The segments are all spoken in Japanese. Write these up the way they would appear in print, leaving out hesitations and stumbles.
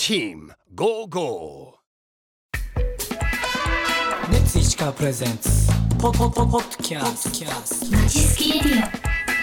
Team Go Go レッツ石川プレゼンツポッドキャストまちすきレディ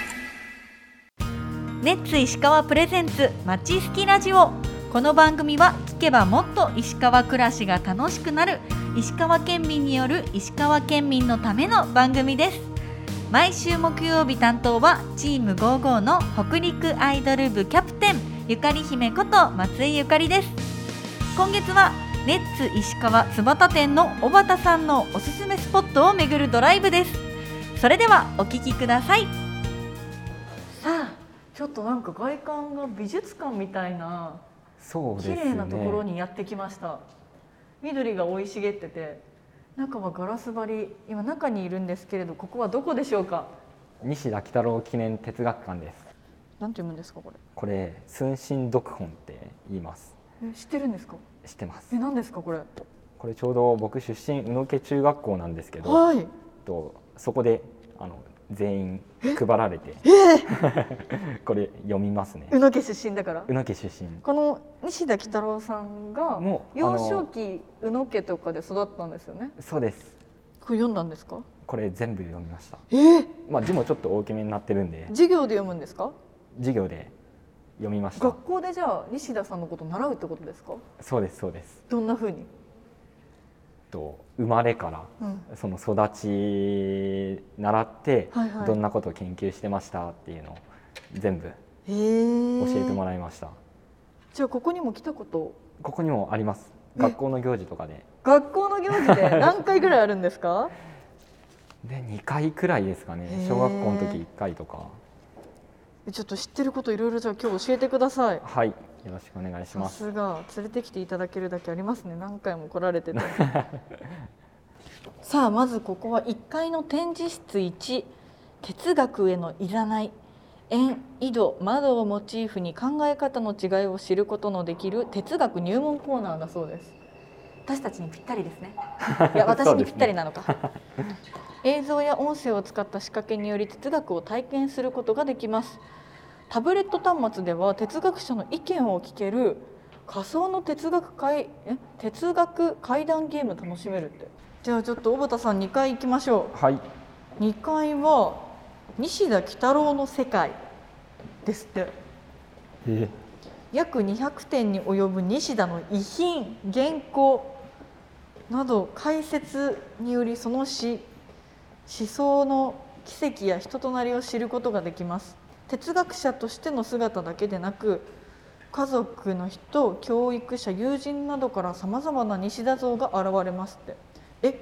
ネッツ石川プレゼンツまちすきラジオ。この番組は聞けばもっと石川暮らしが楽しくなる石川県民による石川県民のための番組です。毎週木曜日担当はチーム55の北陸アイドル部キャプテンゆかり姫こと松井ゆかりです。今月はネッツ石川津端店の小畑さんのおすすめスポットを巡るドライブです。それではお聞きください。さあ、ちょっとなんか外観が美術館みたいなそうですね、 綺麗なところにやってきました。緑が生い茂ってて、中はガラス張り。今中にいるんですけれど、ここはどこでしょうか？ 西田喜太郎記念哲学館です。 なんて読むんですかこれ？ これ寸心読本って言います。 知ってるんですか？ 知ってます。 何ですかこれ？ これちょうど僕出身宇野家中学校なんですけど、 はい、 そこで全員配られてこれ読みますね。 宇野家出身だから。 宇野家出身。 この西田喜太郎さんがもう幼少期宇野家とかで育ったんですよね。 そうです。 これ読んだんですか？ これ全部読みました。字もちょっと大きめになってるんで。 授業で読むんですか？ 授業で読みました。 学校でじゃあ西田さんのこと習うってことですか？ そうですそうです。 どんな風に？ 生まれから、その育ち習って、どんなことを研究してましたっていうのを全部教えてもらいました。 じゃあここにも来たこと？ ここにもあります。学校の行事とかで。 学校の行事で何回ぐらいあるんですか？ で2回くらいですかね。小学校の時1回とか。 ちょっと知ってることいろいろじゃあ今日教えてください。 はい、よろしくお願いします。 さすが連れてきていただけるだけありますね。何回も来られててさあ、まずここは1階の展示室1、哲学へのいざない、円、井戸、窓をモチーフに考え方の違いを知ることのできる哲学入門コーナーだそうです。私たちにぴったりですね。いや、私にぴったりなのか映像や音声を使った仕掛けにより哲学を体験することができます。タブレット端末では哲学者の意見を聞ける仮想の哲学怪談ゲーム楽しめるって。じゃあちょっと小畑さん2階行きましょう。 はい。 2階は西田喜太郎の世界ですって。約200点に及ぶ西田の遺品、原稿など解説によりその思想の奇跡や人となりを知ることができます。哲学者としての姿だけでなく、家族の人、教育者、友人などからさまざまな西田像が現れますって。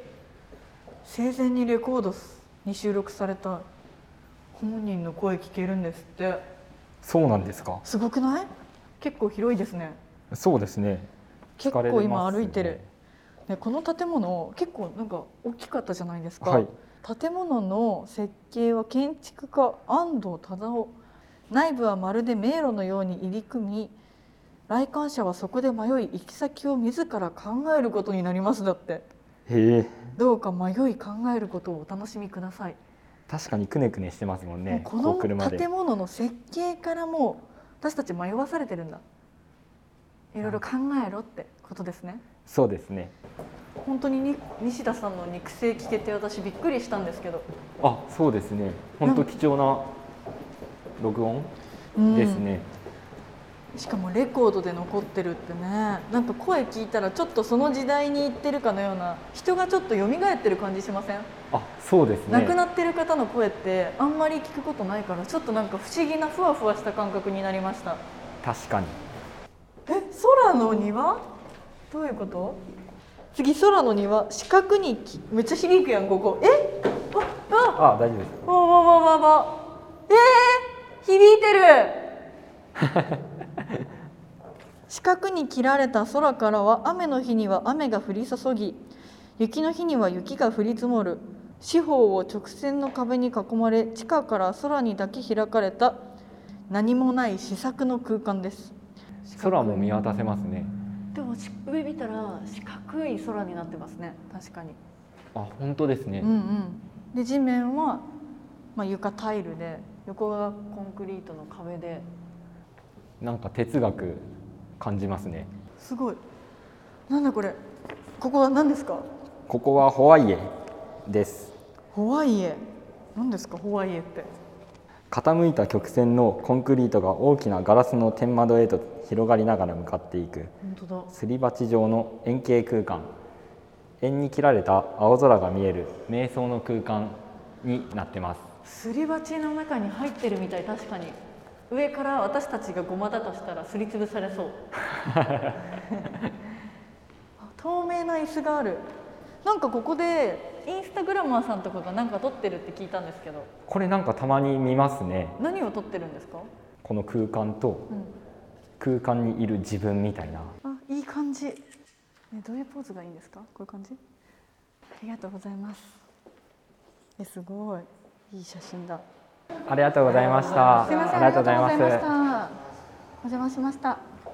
生前にレコードに収録された本人の声聞けるんですって。 そうなんですか？ すごくない？結構広いですね。 そうですね。 結構今歩いてる。ね、この建物結構なんか大きかったじゃないですか。 はい、 建物の設計は建築家安藤忠雄。内部はまるで迷路のように入り組み、来館者はそこで迷い行き先を自ら考えることになりますだって。どうか迷い考えることをお楽しみください。 確かにくねくねしてますもんね。 この建物の設計からも私たち迷わされてるんだ。いろいろ考えろってことですね。 そうですね。 本当に西田さんの肉声聞けて私びっくりしたんですけど。 そうですね。本当貴重な録音ですね。 しかもレコードで残ってるってね。なんか声聞いたらちょっとその時代に行ってるかのような、人がちょっと蘇ってる感じしません？ そうですね。 亡くなってる方の声ってあんまり聞くことないから、ちょっとなんか不思議なふわふわした感覚になりました。 確かに。 空の庭？どういうこと？次、空の庭、四角にめっちゃ響くやんここ。 大丈夫です。 響いてる四角に切られた空からは、雨の日には雨が降り注ぎ、雪の日には雪が降り積もる。四方を直線の壁に囲まれ、地下から空にだけ開かれた何もない四角の空間です。 空も見渡せますね。 でも上見たら四角い空になってますね。確かに。 本当ですね。 で地面は、床タイルで、横がコンクリートの壁で。 なんか哲学感じますね。 すごい。なんだこれ。ここは何ですか？ ここはホワイエです。 ホワイエ。何ですかホワイエって？ 傾いた曲線のコンクリートが大きなガラスの天窓へと広がりながら向かっていくすり鉢状の円形空間、円に切られた青空が見える瞑想の空間になってます。 すり鉢の中に入ってるみたい。確かに上から私たちがゴマだとしたらすりつぶされそう透明な椅子がある。なんかここでインスタグラマーさんとかがなんか撮ってるって聞いたんですけど、 これなんかたまに見ますね。 何を撮ってるんですか？ この空間と、空間にいる自分みたいな。 あ、いい感じ。どういうポーズがいいんですか？こういう感じ？ありがとうございます。すごいいい写真だ。 ありがとうございました。 すいません、ありがとうございました。お邪魔しました。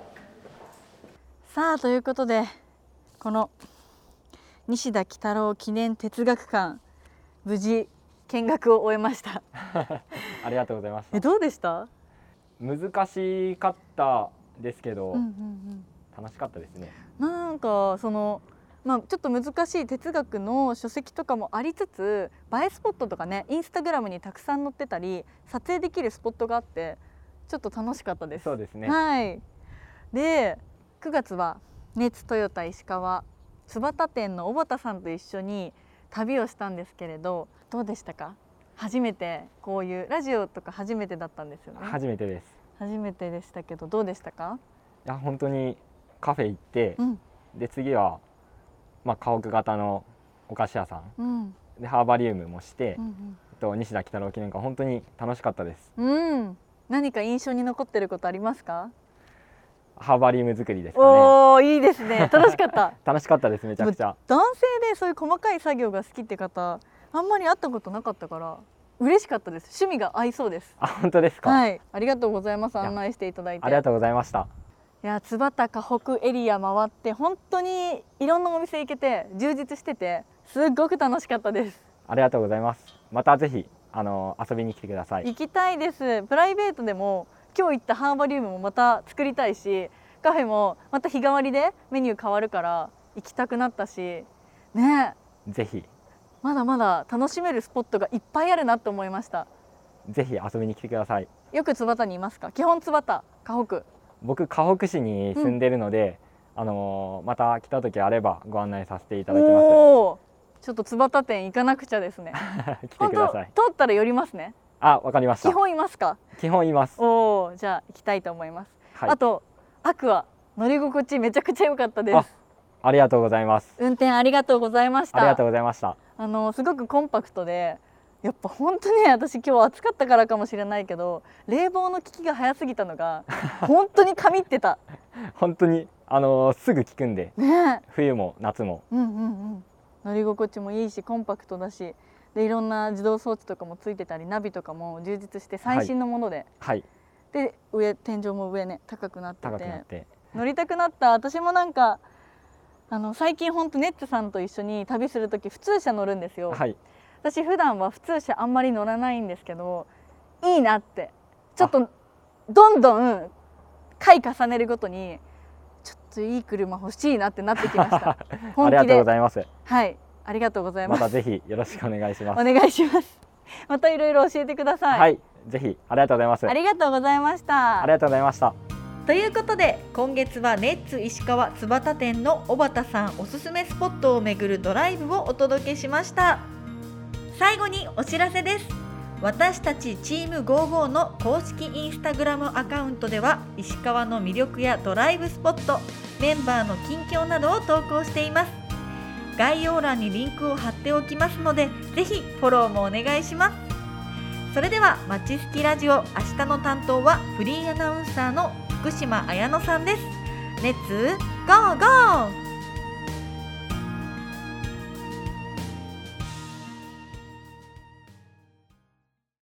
さあ、ということでこの西田幾多郎記念哲学館、無事見学を終えましたありがとうございました。 どうでした？ 難しかったですけど、楽しかったですね。 なんかそのちょっと難しい哲学の書籍とかもありつつ、映えスポットとかね、インスタグラムにたくさん載ってたり撮影できるスポットがあってちょっと楽しかったです。 そうですね。 はい。で9月はネツトヨタ石川津幡店の小畑さんと一緒に旅をしたんですけれど、どうでしたか？初めてこういうラジオとか初めてだったんですよね。 初めてです。 初めてでしたけどどうでしたか？ いや本当にカフェ行って、で次は家屋型のお菓子屋さん、でハーバリウムもして、西田幾多郎記念館本当に楽しかったです。 何か印象に残ってることありますか？ ハーバリウム作りですかね。 おー、いいですね。楽しかった楽しかったです。めちゃくちゃ男性でそういう細かい作業が好きって方あんまり会ったことなかったから嬉しかったです。趣味が合いそうです。 あ、本当ですか？ はい、ありがとうございます。案内していただいてありがとうございました。 いや、津幡河北エリア回って本当にいろんなお店行けて充実しててすっごく楽しかったです。 ありがとうございます。またぜひ遊びに来てください。 行きたいです。プライベートでも今日行ったハーバリウムもまた作りたいし、カフェもまた日替わりでメニュー変わるから行きたくなったしね。 ぜひまだまだ楽しめるスポットがいっぱいあるなと思いました。 ぜひ遊びに来てください。 よく津幡にいますか？基本津幡河北。 僕河北市に住んでるので、また来た時あればご案内させていただきます。 おー、ちょっと津幡店行かなくちゃですね来てください。 通ったら寄りますね。 あ、わかりました。 基本いますか？ 基本います。 おー、じゃあ行きたいと思います。 はい、 あとアクア乗り心地めちゃくちゃ良かったです。 ありがとうございます。 運転ありがとうございました。 ありがとうございました。 すごくコンパクトで、やっぱ本当ね、私今日暑かったからかもしれないけど冷房の効きが早すぎたのが本当に神ってた本当にすぐ効くんで、 ね、 冬も夏も、 乗り心地もいいしコンパクトだし、でいろんな自動装置とかもついてたりナビとかも充実して最新のもので、で天井も上ね高くなってて乗りたくなった。私もなんか最近本当ネッツさんと一緒に旅する時普通車乗るんですよ。私普段は普通車あんまり乗らないんですけど、いいなってちょっとどんどん回重ねるごとにちょっといい車欲しいなってなってきましたありがとうございます。 はい、ありがとうございます。 またぜひよろしくお願いします。 お願いします。またいろいろ教えてください。 はい、ぜひありがとうございます。 ありがとうございました。 ありがとうございました。 ということで今月はネッツ石川津幡店の小畑さんおすすめスポットを巡るドライブをお届けしました。最後にお知らせです。私たちチーム55の公式インスタグラムアカウントでは石川の魅力やドライブスポット、メンバーの近況などを投稿しています。概要欄にリンクを貼っておきますのでぜひフォローもお願いします。それではまちすきラジオ、明日の担当はフリーアナウンサーの福島彩乃さんです。レッツゴーゴー。